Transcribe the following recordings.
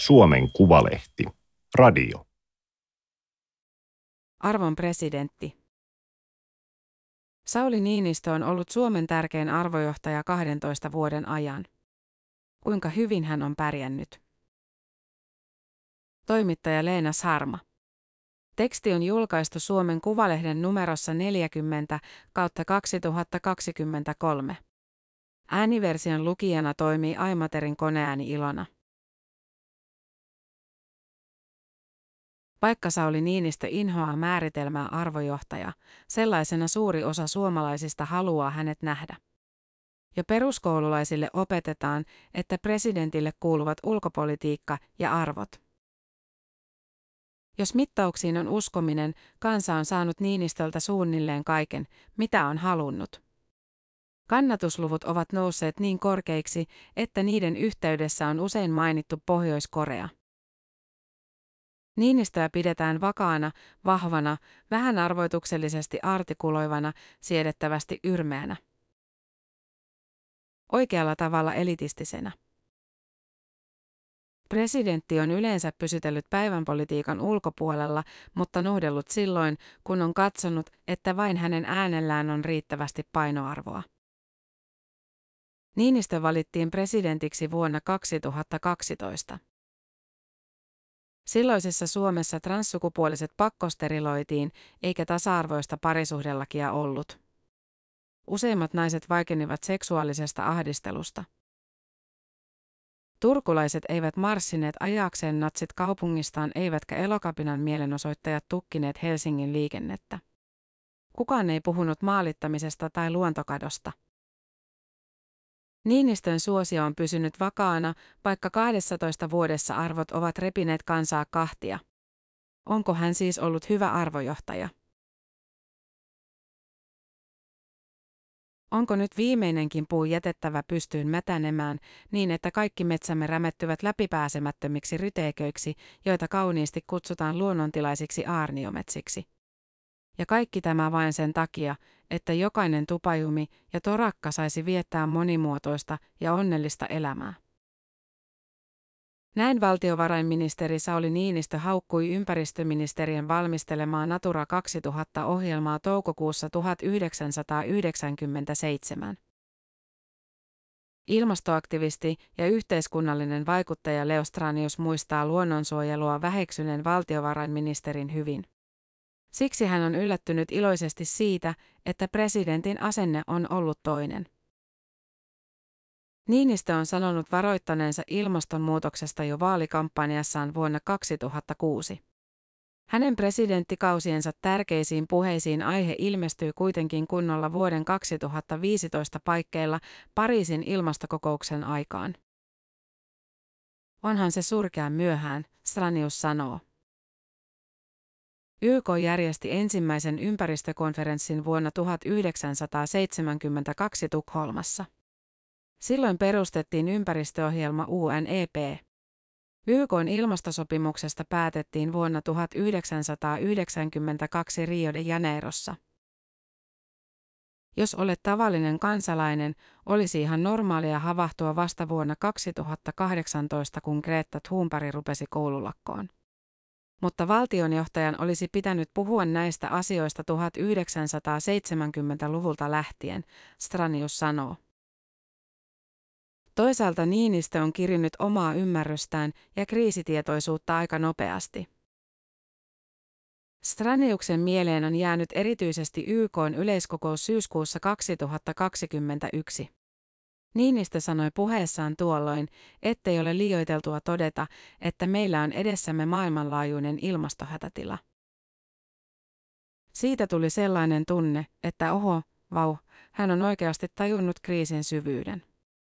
Suomen Kuvalehti. Radio. Arvon presidentti. Sauli Niinistö on ollut Suomen tärkein arvojohtaja 12 vuoden ajan. Kuinka hyvin hän on pärjännyt? Toimittaja Leena Sarma. Teksti on julkaistu Suomen Kuvalehden numerossa 40/2023. Ääniversion lukijana toimii Aimaterin koneääni Ilona. Vaikka Sauli Niinistö inhoaa määritelmää arvojohtaja, sellaisena suuri osa suomalaisista haluaa hänet nähdä. Jo peruskoululaisille opetetaan, että presidentille kuuluvat ulkopolitiikka ja arvot. Jos mittauksiin on uskominen, kansa on saanut Niinistöltä suunnilleen kaiken, mitä on halunnut. Kannatusluvut ovat nousseet niin korkeiksi, että niiden yhteydessä on usein mainittu Pohjois-Korea. Niinistöä pidetään vakaana, vahvana, vähän arvoituksellisesti artikuloivana, siedettävästi yrmeänä. Oikealla tavalla elitistisenä. Presidentti on yleensä pysytellyt päivänpolitiikan ulkopuolella, mutta nohdellut silloin, kun on katsonut, että vain hänen äänellään on riittävästi painoarvoa. Niinistö valittiin presidentiksi vuonna 2012. Silloisessa Suomessa transsukupuoliset pakkosteriloitiin, eikä tasa-arvoista parisuhdelakia ollut. Useimmat naiset vaikenivat seksuaalisesta ahdistelusta. Turkulaiset eivät marssineet ajaakseen natsit kaupungistaan, eivätkä Elokapinan mielenosoittajat tukkineet Helsingin liikennettä. Kukaan ei puhunut maalittamisesta tai luontokadosta. Niinistön suosio on pysynyt vakaana, vaikka 12 vuodessa arvot ovat repineet kansaa kahtia. Onko hän siis ollut hyvä arvojohtaja? Onko nyt viimeinenkin puu jätettävä pystyyn mätänemään niin, että kaikki metsämme rämettyvät läpipääsemättömiksi ryteiköiksi, joita kauniisti kutsutaan luonnontilaisiksi aarniometsiksi? Ja kaikki tämä vain sen takia, että jokainen tupajumi ja torakka saisi viettää monimuotoista ja onnellista elämää. Näin valtiovarainministeri Sauli Niinistö haukkui ympäristöministeriön valmistelemaa Natura 2000-ohjelmaa toukokuussa 1997. Ilmastoaktivisti ja yhteiskunnallinen vaikuttaja Leo Stranius muistaa luonnonsuojelua väheksyneen valtiovarainministerin hyvin. Siksi hän on yllättynyt iloisesti siitä, että presidentin asenne on ollut toinen. Niinistö on sanonut varoittaneensa ilmastonmuutoksesta jo vaalikampanjassaan vuonna 2006. Hänen presidenttikausiensa tärkeisiin puheisiin aihe ilmestyy kuitenkin kunnolla vuoden 2015 paikkeilla Pariisin ilmastokokouksen aikaan. Onhan se surkean myöhään, Stranius sanoo. YK järjesti ensimmäisen ympäristökonferenssin vuonna 1972 Tukholmassa. Silloin perustettiin ympäristöohjelma UNEP. YK:n ilmastosopimuksesta päätettiin vuonna 1992 Rio de Janeirossa. Jos olet tavallinen kansalainen, olisi ihan normaalia havahtua vasta vuonna 2018, kun Greta Thunberg rupesi koululakkoon. Mutta valtionjohtajan olisi pitänyt puhua näistä asioista 1970-luvulta lähtien, Stranius sanoo. Toisaalta Niinistö on kirinyt omaa ymmärrystään ja kriisitietoisuutta aika nopeasti. Straniuksen mieleen on jäänyt erityisesti YK:n yleiskokous syyskuussa 2021. Niinistö sanoi puheessaan tuolloin, ettei ole liioiteltua todeta, että meillä on edessämme maailmanlaajuinen ilmastohätätila. Siitä tuli sellainen tunne, että hän on oikeasti tajunnut kriisin syvyyden.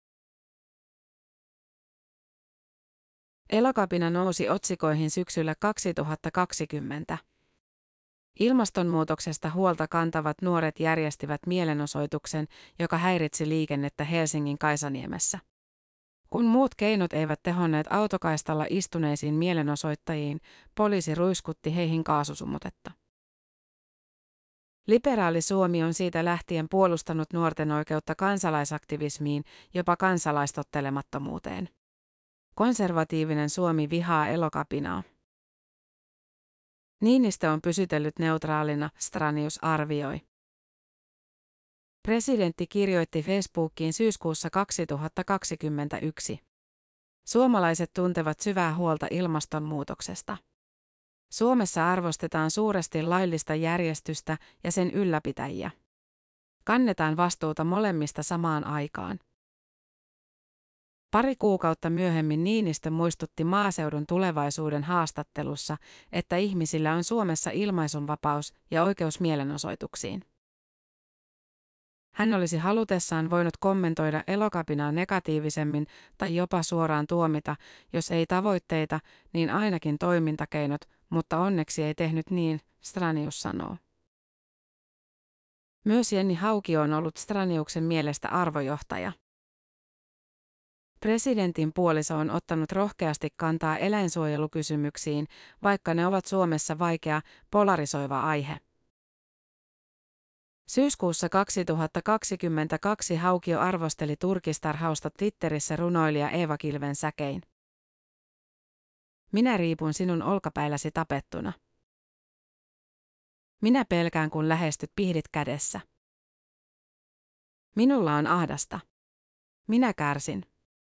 Elokapina nousi otsikoihin syksyllä 2020. Ilmastonmuutoksesta huolta kantavat nuoret järjestivät mielenosoituksen, joka häiritsi liikennettä Helsingin Kaisaniemessä. Kun muut keinot eivät tehonneet autokaistalla istuneisiin mielenosoittajiin, poliisi ruiskutti heihin kaasusumutetta. Liberaali Suomi on siitä lähtien puolustanut nuorten oikeutta kansalaisaktivismiin, jopa kansalaistottelemattomuuteen. Konservatiivinen Suomi vihaa Elokapinaa. Niinistö on pysytellyt neutraalina, Stranius arvioi. Presidentti kirjoitti Facebookiin syyskuussa 2021. Suomalaiset tuntevat syvää huolta ilmastonmuutoksesta. Suomessa arvostetaan suuresti laillista järjestystä ja sen ylläpitäjiä. Kannetaan vastuuta molemmista samaan aikaan. Pari kuukautta myöhemmin Niinistö muistutti maaseudun tulevaisuuden haastattelussa, että ihmisillä on Suomessa ilmaisunvapaus ja oikeus mielenosoituksiin. Hän olisi halutessaan voinut kommentoida Elokapinaa negatiivisemmin tai jopa suoraan tuomita, jos ei tavoitteita, niin ainakin toimintakeinot, mutta onneksi ei tehnyt niin, Stranius sanoo. Myös Jenni Haukio on ollut Straniuksen mielestä arvojohtaja. Presidentin puoliso on ottanut rohkeasti kantaa eläinsuojelukysymyksiin, vaikka ne ovat Suomessa vaikea, polarisoiva aihe. Syyskuussa 2022 Haukio arvosteli turkistarhausta Twitterissä runoilija Eeva Kilven säkein. Minä riipun sinun olkapäilläsi tapettuna. Minä pelkään, kun lähestyt pihdit kädessä. Minulla on ahdasta. Minä kärsin.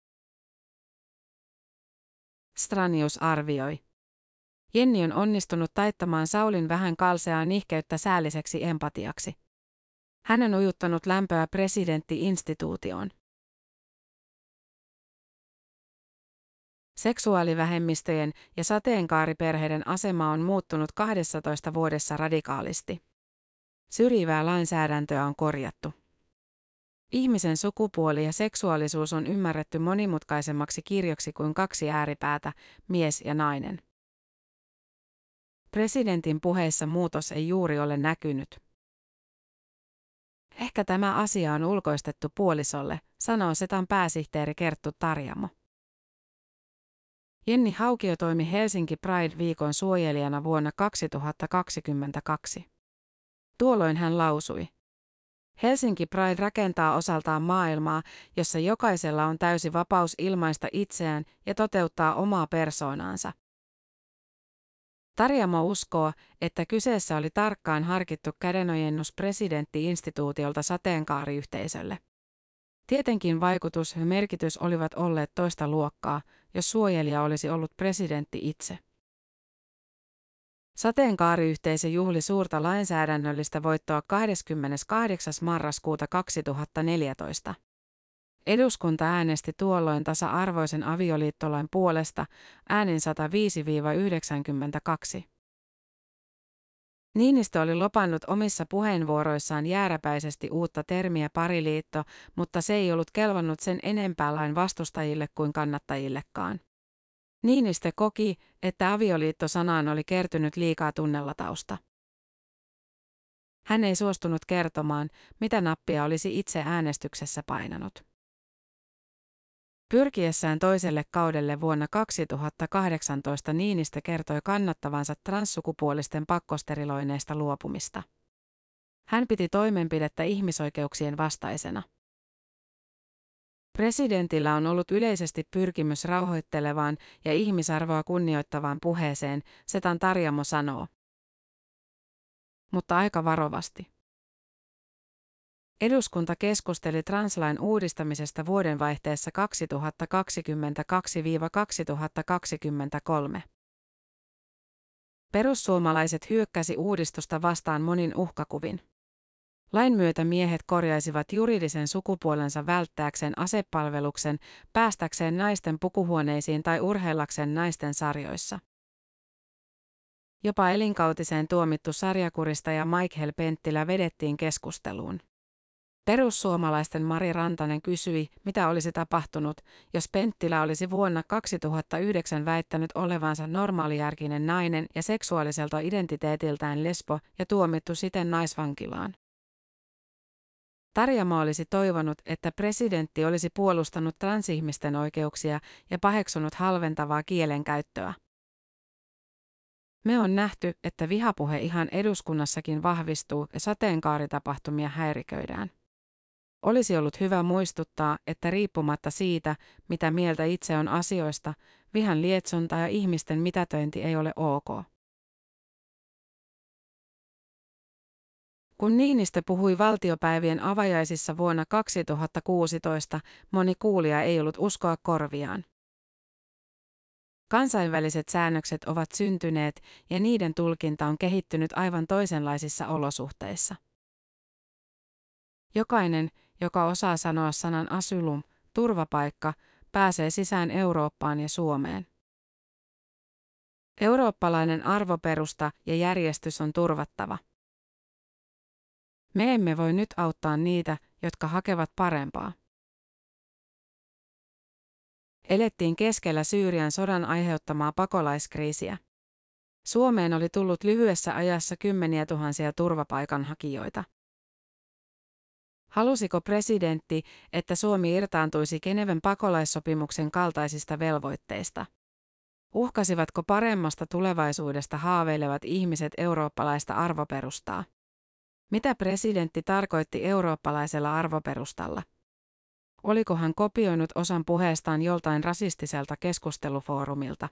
Stranius arvioi. Jenni on onnistunut taittamaan Saulin vähän kalseaa nihkeyttä säälliseksi empatiaksi. Hän on ujuttanut lämpöä presidentti-instituutioon. Seksuaalivähemmistöjen ja sateenkaariperheiden asema on muuttunut 12 vuodessa radikaalisti. Syrjivää lainsäädäntöä on korjattu. Ihmisen sukupuoli ja seksuaalisuus on ymmärretty monimutkaisemmaksi kirjoksi kuin kaksi ääripäätä, mies ja nainen. Presidentin puheissa muutos ei juuri ole näkynyt. Ehkä tämä asia on ulkoistettu puolisolle, sanoo Setan pääsihteeri Kerttu Tarjamo. Jenni Haukio toimi Helsinki Pride-viikon suojelijana vuonna 2022. Tuolloin hän lausui: Helsinki Pride rakentaa osaltaan maailmaa, jossa jokaisella on täysi vapaus ilmaista itseään ja toteuttaa omaa persoonaansa. Tarjamo uskoo, että kyseessä oli tarkkaan harkittu kädenojennus presidentti-instituutiolta sateenkaariyhteisölle. Tietenkin vaikutus ja merkitys olivat olleet toista luokkaa, jos suojelija olisi ollut presidentti itse. Sateenkaariyhteisö juhli suurta lainsäädännöllistä voittoa 28. marraskuuta 2014. Eduskunta äänesti tuolloin tasa-arvoisen avioliittolain puolesta äänin 105–92. Niinistö oli lopannut omissa puheenvuoroissaan jääräpäisesti uutta termiä pariliitto, mutta se ei ollut kelvannut sen enempää lain vastustajille kuin kannattajillekaan. Niinistö koki, että avioliitto-sanaan oli kertynyt liikaa tunnelatausta. Hän ei suostunut kertomaan, mitä nappia olisi itse äänestyksessä painanut. Pyrkiessään toiselle kaudelle vuonna 2018 Niinistö kertoi kannattavansa transsukupuolisten pakkosteriloineista luopumista. Hän piti toimenpidettä ihmisoikeuksien vastaisena. Presidentillä on ollut yleisesti pyrkimys rauhoittelevaan ja ihmisarvoa kunnioittavaan puheeseen, Setan Tarjamo sanoo. Mutta aika varovasti. Eduskunta keskusteli translain uudistamisesta vuodenvaihteessa 2022–2023. Perussuomalaiset hyökkäsi uudistusta vastaan monin uhkakuvin. Lain myötä miehet korjaisivat juridisen sukupuolensa välttääkseen asepalveluksen, päästäkseen naisten pukuhuoneisiin tai urheillakseen naisten sarjoissa. Jopa elinkautiseen tuomittu sarjakuristaja Michael Penttilä vedettiin keskusteluun. Perussuomalaisten Mari Rantanen kysyi, mitä olisi tapahtunut, jos Penttilä olisi vuonna 2009 väittänyt olevansa normaalijärkinen nainen ja seksuaaliselta identiteetiltään lesbo ja tuomittu siten naisvankilaan. Tarjamo olisi toivonut, että presidentti olisi puolustanut transihmisten oikeuksia ja paheksunut halventavaa kielenkäyttöä. Me on nähty, että vihapuhe ihan eduskunnassakin vahvistuu ja sateenkaaritapahtumia häiriköidään. Olisi ollut hyvä muistuttaa, että riippumatta siitä, mitä mieltä itse on asioista, vihan lietsonta ja ihmisten mitätöinti ei ole ok. Kun Niinistö puhui valtiopäivien avajaisissa vuonna 2016, moni kuulija ei ollut uskoa korviaan. Kansainväliset säännökset ovat syntyneet ja niiden tulkinta on kehittynyt aivan toisenlaisissa olosuhteissa. Jokainen, joka osaa sanoa sanan asylum, turvapaikka, pääsee sisään Eurooppaan ja Suomeen. Eurooppalainen arvoperusta ja järjestys on turvattava. Me emme voi nyt auttaa niitä, jotka hakevat parempaa. Elettiin keskellä Syyrian sodan aiheuttamaa pakolaiskriisiä. Suomeen oli tullut lyhyessä ajassa kymmeniä tuhansia turvapaikanhakijoita. Halusiko presidentti, että Suomi irtaantuisi Geneven pakolaissopimuksen kaltaisista velvoitteista? Uhkasivatko paremmasta tulevaisuudesta haaveilevat ihmiset eurooppalaista arvoperustaa? Mitä presidentti tarkoitti eurooppalaisella arvoperustalla? Oliko hän kopioinut osan puheestaan joltain rasistiselta keskustelufoorumilta?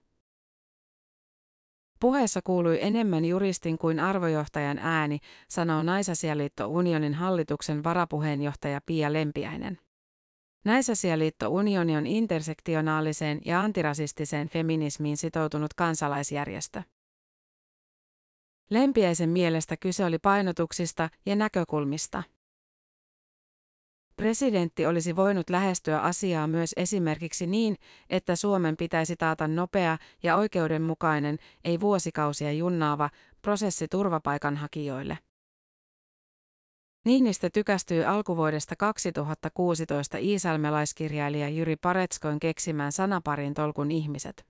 Puheessa kuului enemmän juristin kuin arvojohtajan ääni, sanoo Naisasialiitto Unionin hallituksen varapuheenjohtaja Pia Lempiäinen. Naisasialiitto Unioni on intersektionaaliseen ja antirasistiseen feminismiin sitoutunut kansalaisjärjestö. Lempiäisen mielestä kyse oli painotuksista ja näkökulmista. Presidentti olisi voinut lähestyä asiaa myös esimerkiksi niin, että Suomen pitäisi taata nopea ja oikeudenmukainen, ei vuosikausia junnaava, prosessi turvapaikanhakijoille. Niinistö tykästyy alkuvuodesta 2016 iisalmelaiskirjailija Jyri Paretskoin keksimään sanaparin tolkun ihmiset.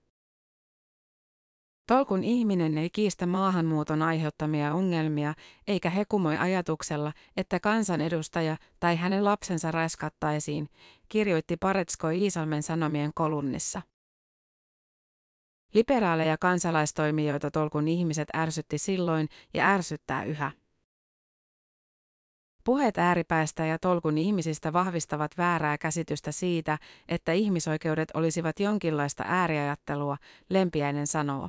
Tolkun ihminen ei kiistä maahanmuuton aiheuttamia ongelmia, eikä hekumoi ajatuksella, että kansanedustaja tai hänen lapsensa raiskattaisiin, kirjoitti Paretskoi Iisalmen Sanomien kolumnissa. Liberaaleja kansalaistoimijoita tolkun ihmiset ärsytti silloin ja ärsyttää yhä. Puheet ääripäistä ja tolkun ihmisistä vahvistavat väärää käsitystä siitä, että ihmisoikeudet olisivat jonkinlaista ääriajattelua, Lempiäinen sanoo.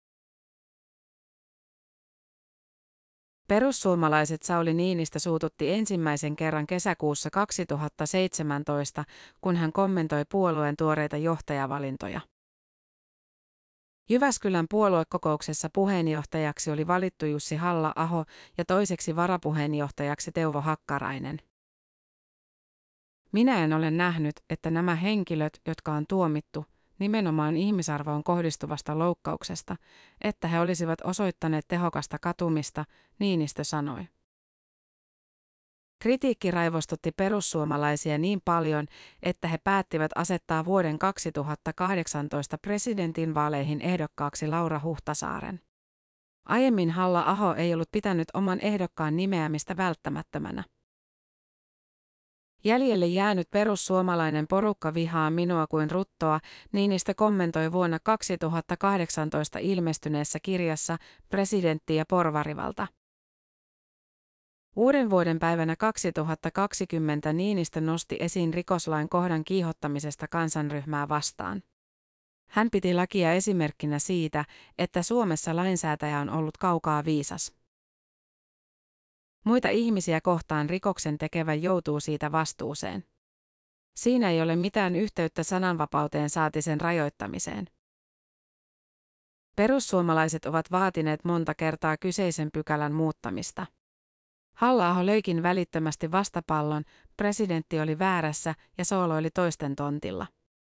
Perussuomalaiset Sauli Niinistö suututti ensimmäisen kerran kesäkuussa 2017, kun hän kommentoi puolueen tuoreita johtajavalintoja. Jyväskylän puoluekokouksessa puheenjohtajaksi oli valittu Jussi Halla-aho ja toiseksi varapuheenjohtajaksi Teuvo Hakkarainen. Minä en ole nähnyt, että nämä henkilöt, jotka on tuomittu, nimenomaan ihmisarvoon kohdistuvasta loukkauksesta, että he olisivat osoittaneet tehokasta katumista, Niinistö sanoi. Kritiikki raivostutti perussuomalaisia niin paljon, että he päättivät asettaa vuoden 2018 presidentinvaaleihin ehdokkaaksi Laura Huhtasaaren. Aiemmin Halla-aho ei ollut pitänyt oman ehdokkaan nimeämistä välttämättömänä. Jäljelle jäänyt perussuomalainen porukka vihaa minua kuin ruttoa, Niinistö kommentoi vuonna 2018 ilmestyneessä kirjassa Presidentti ja porvarivalta. Uuden vuoden päivänä 2020 Niinistö nosti esiin rikoslain kohdan kiihottamisesta kansanryhmää vastaan. Hän piti lakia esimerkkinä siitä, että Suomessa lainsäätäjä on ollut kaukaa viisas. Muita ihmisiä kohtaan rikoksen tekevä joutuu siitä vastuuseen. Siinä ei ole mitään yhteyttä sananvapauteen saati sen rajoittamiseen. Perussuomalaiset ovat vaatineet monta kertaa kyseisen pykälän muuttamista. Halla-aho löikin välittömästi vastapallon, presidentti oli väärässä ja sooloili toisten tontilla.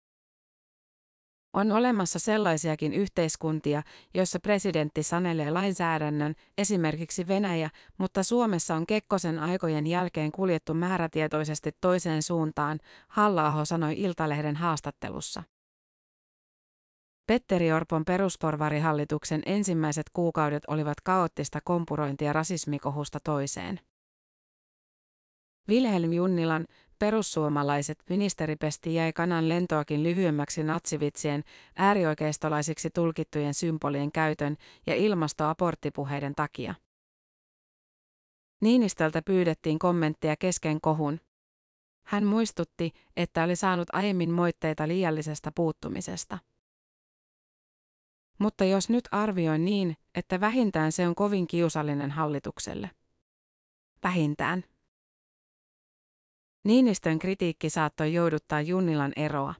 On olemassa sellaisiakin yhteiskuntia, joissa presidentti sanelee lainsäädännön, esimerkiksi Venäjä, mutta Suomessa on Kekkosen aikojen jälkeen kuljettu määrätietoisesti toiseen suuntaan, Halla-aho sanoi Iltalehden haastattelussa. Petteri Orpon perusporvarihallituksen ensimmäiset kuukaudet olivat kaoottista kompurointia rasismikohusta toiseen. Wilhelm Junnilan perussuomalaiset ministeripesti jäi kanan lentoakin lyhyemmäksi natsivitsien, äärioikeistolaisiksi tulkittujen symbolien käytön ja ilmastoaborttipuheiden takia. Niinistöltä pyydettiin kommenttia kesken kohun. Hän muistutti, että oli saanut aiemmin moitteita liiallisesta puuttumisesta. Mutta jos nyt arvioin niin, että vähintään se on kovin kiusallinen hallitukselle. Vähintään. Niinistön kritiikki saattoi jouduttaa Junnilan eroa.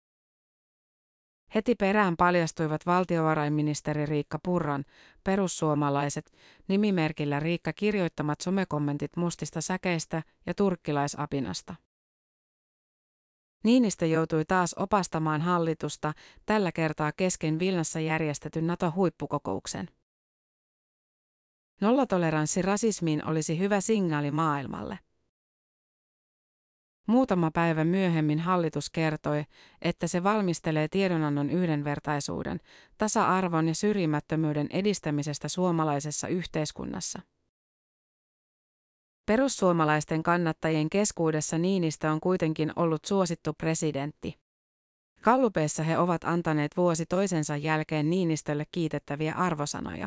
Heti perään paljastuivat valtiovarainministeri Riikka Purran, perussuomalaiset, nimimerkillä Riikka kirjoittamat somekommentit mustista säkeistä ja turkkilaisapinasta. Niinistö joutui taas opastamaan hallitusta, tällä kertaa kesken Vilnassa järjestetyn NATO-huippukokouksen. Nollatoleranssi rasismiin olisi hyvä signaali maailmalle. Muutama päivä myöhemmin hallitus kertoi, että se valmistelee tiedonannon yhdenvertaisuuden, tasa-arvon ja syrjimättömyyden edistämisestä suomalaisessa yhteiskunnassa. Perussuomalaisten kannattajien keskuudessa Niinistö on kuitenkin ollut suosittu presidentti. Gallupeissa he ovat antaneet vuosi toisensa jälkeen Niinistölle kiitettäviä arvosanoja.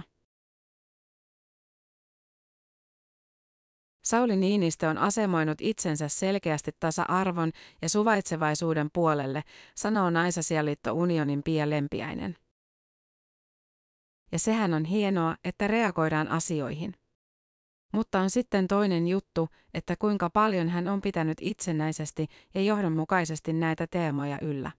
Sauli Niinistö on asemoinut itsensä selkeästi tasa-arvon ja suvaitsevaisuuden puolelle, sanoo Naisasialiitto Unionin Pia Lempiäinen. Ja sehän on hienoa, että reagoidaan asioihin. Mutta on sitten toinen juttu, että kuinka paljon hän on pitänyt itsenäisesti ja johdonmukaisesti näitä teemoja yllä.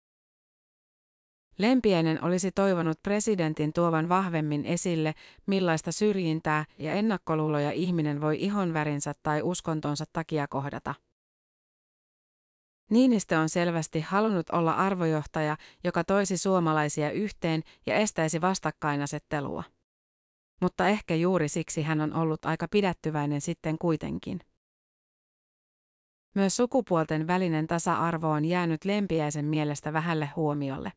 Lempiäinen olisi toivonut presidentin tuovan vahvemmin esille, millaista syrjintää ja ennakkoluuloja ihminen voi ihonvärinsä tai uskontonsa takia kohdata. Niinistö on selvästi halunnut olla arvojohtaja, joka toisi suomalaisia yhteen ja estäisi vastakkainasettelua. Mutta ehkä juuri siksi hän on ollut aika pidättyväinen sitten kuitenkin. Myös sukupuolten välinen tasa-arvo on jäänyt Lempiäisen mielestä vähälle huomiolle.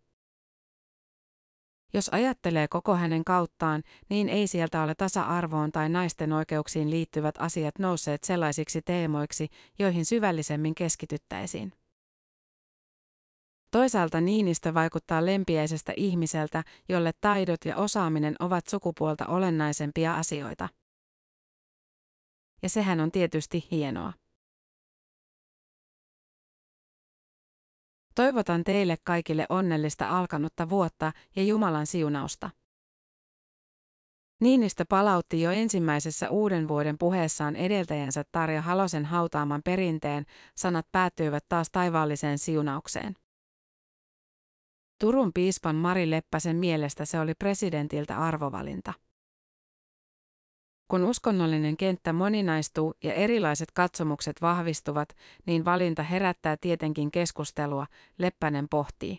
Jos ajattelee koko hänen kauttaan, niin ei sieltä ole tasa-arvoon tai naisten oikeuksiin liittyvät asiat nousseet sellaisiksi teemoiksi, joihin syvällisemmin keskityttäisiin. Toisaalta Niinistö vaikuttaa lempiäisestä ihmiseltä, jolle taidot ja osaaminen ovat sukupuolta olennaisempia asioita. Ja sehän on tietysti hienoa. Toivotan teille kaikille onnellista alkanutta vuotta ja Jumalan siunausta. Niinistö palautti jo ensimmäisessä uuden vuoden puheessaan edeltäjänsä Tarja Halosen hautaaman perinteen, sanat päättyivät taas taivaalliseen siunaukseen. Turun piispan Mari Leppäsen mielestä se oli presidentiltä arvovalinta. Kun uskonnollinen kenttä moninaistuu ja erilaiset katsomukset vahvistuvat, niin valinta herättää tietenkin keskustelua, Leppänen pohtii.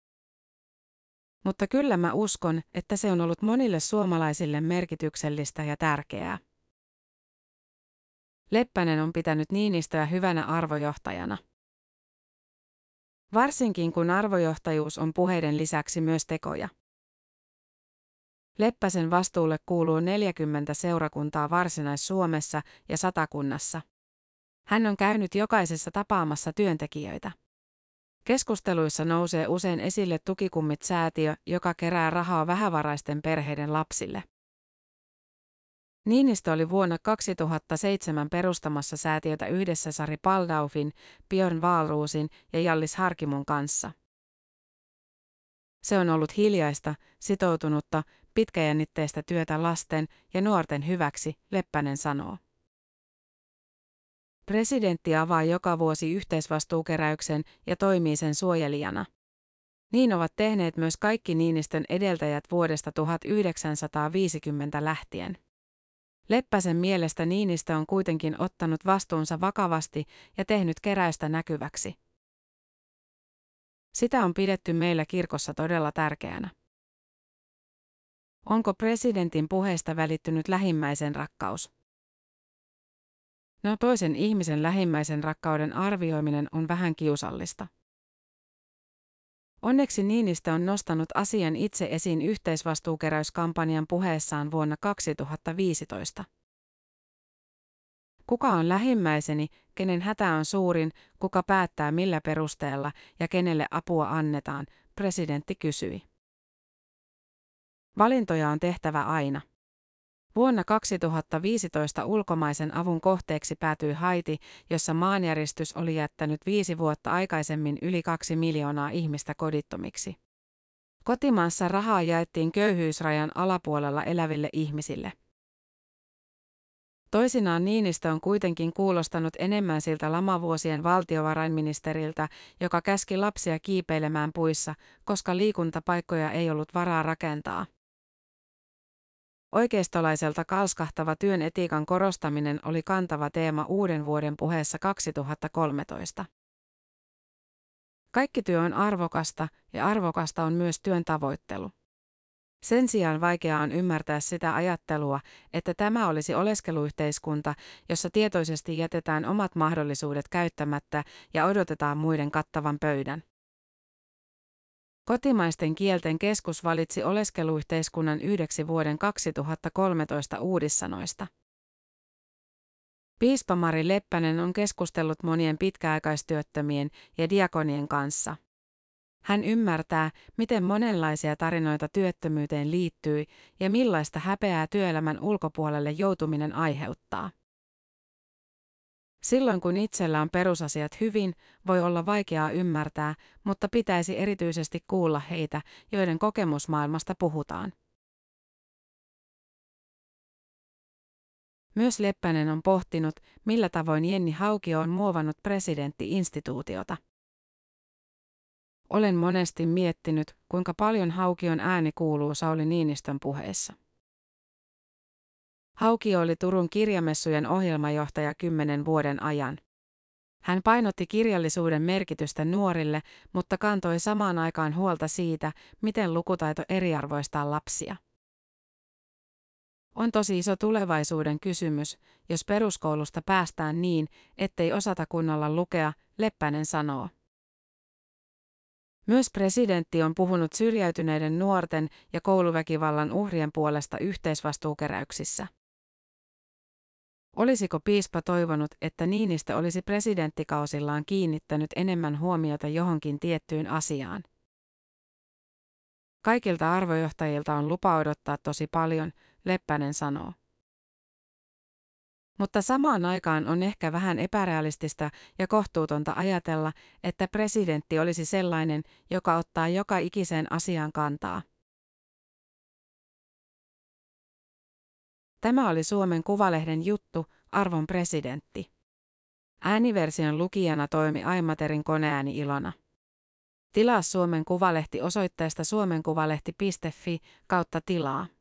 Mutta kyllä mä uskon, että se on ollut monille suomalaisille merkityksellistä ja tärkeää. Leppänen on pitänyt Niinistöä hyvänä arvojohtajana. Varsinkin kun arvojohtajuus on puheiden lisäksi myös tekoja. Leppäsen vastuulle kuuluu 40 seurakuntaa Varsinais-Suomessa ja Satakunnassa. Hän on käynyt jokaisessa tapaamassa työntekijöitä. Keskusteluissa nousee usein esille Tukikummit-säätiö, joka kerää rahaa vähävaraisten perheiden lapsille. Niinistö oli vuonna 2007 perustamassa säätiötä yhdessä Sari Paldaufin, Björn Wahlroosin ja Hjallis Harkimon kanssa. Se on ollut hiljaista, sitoutunutta, pitkäjännitteistä työtä lasten ja nuorten hyväksi, Leppänen sanoo. Presidentti avaa joka vuosi yhteisvastuukeräyksen ja toimii sen suojelijana. Niin ovat tehneet myös kaikki Niinistön edeltäjät vuodesta 1950 lähtien. Leppäsen mielestä Niinistö on kuitenkin ottanut vastuunsa vakavasti ja tehnyt keräystä näkyväksi. Sitä on pidetty meillä kirkossa todella tärkeänä. Onko presidentin puheesta välittynyt lähimmäisen rakkaus? No, toisen ihmisen lähimmäisen rakkauden arvioiminen on vähän kiusallista. Onneksi Niinistö on nostanut asian itse esiin yhteisvastuukeräyskampanjan puheessaan vuonna 2015. Kuka on lähimmäiseni, kenen hätä on suurin, kuka päättää millä perusteella ja kenelle apua annetaan, presidentti kysyi. Valintoja on tehtävä aina. Vuonna 2015 ulkomaisen avun kohteeksi päätyi Haiti, jossa maanjäristys oli jättänyt 5 vuotta aikaisemmin yli 2 miljoonaa ihmistä kodittomiksi. Kotimaassa rahaa jaettiin köyhyysrajan alapuolella eläville ihmisille. Toisinaan Niinistö on kuitenkin kuulostanut enemmän siltä lamavuosien valtiovarainministeriltä, joka käski lapsia kiipeilemään puissa, koska liikuntapaikkoja ei ollut varaa rakentaa. Oikeistolaiselta kalskahtava työn etiikan korostaminen oli kantava teema uuden vuoden puheessa 2013. Kaikki työ on arvokasta ja arvokasta on myös työn tavoittelu. Sen sijaan vaikeaa on ymmärtää sitä ajattelua, että tämä olisi oleskeluyhteiskunta, jossa tietoisesti jätetään omat mahdollisuudet käyttämättä ja odotetaan muiden kattavan pöydän. Kotimaisten kielten keskus valitsi oleskeluyhteiskunnan yhdeksi vuoden 2013 uudissanoista. Piispa Mari Leppänen on keskustellut monien pitkäaikaistyöttömien ja diakonien kanssa. Hän ymmärtää, miten monenlaisia tarinoita työttömyyteen liittyy ja millaista häpeää työelämän ulkopuolelle joutuminen aiheuttaa. Silloin kun itsellä on perusasiat hyvin, voi olla vaikeaa ymmärtää, mutta pitäisi erityisesti kuulla heitä, joiden kokemusmaailmasta puhutaan. Myös Leppänen on pohtinut, millä tavoin Jenni Haukio on muovannut presidentti-instituutiota. Olen monesti miettinyt, kuinka paljon Haukion ääni kuuluu Sauli Niinistön puheissa. Haukio oli Turun kirjamessujen ohjelmajohtaja 10 vuoden ajan. Hän painotti kirjallisuuden merkitystä nuorille, mutta kantoi samaan aikaan huolta siitä, miten lukutaito eriarvoistaa lapsia. On tosi iso tulevaisuuden kysymys, jos peruskoulusta päästään niin, ettei osata kunnolla lukea, Leppänen sanoo. Myös presidentti on puhunut syrjäytyneiden nuorten ja kouluväkivallan uhrien puolesta yhteisvastuukeräyksissä. Olisiko piispa toivonut, että Niinistö olisi presidenttikausillaan kiinnittänyt enemmän huomiota johonkin tiettyyn asiaan? Kaikilta arvojohtajilta on lupa odottaa tosi paljon, Leppänen sanoo. Mutta samaan aikaan on ehkä vähän epärealistista ja kohtuutonta ajatella, että presidentti olisi sellainen, joka ottaa joka ikiseen asiaan kantaa. Tämä oli Suomen Kuvalehden juttu, Arvon presidentti. Ääniversion lukijana toimi Aimaterin koneääni Ilona. Tilaa Suomen Kuvalehti osoitteesta suomenkuvalehti.fi/tilaa.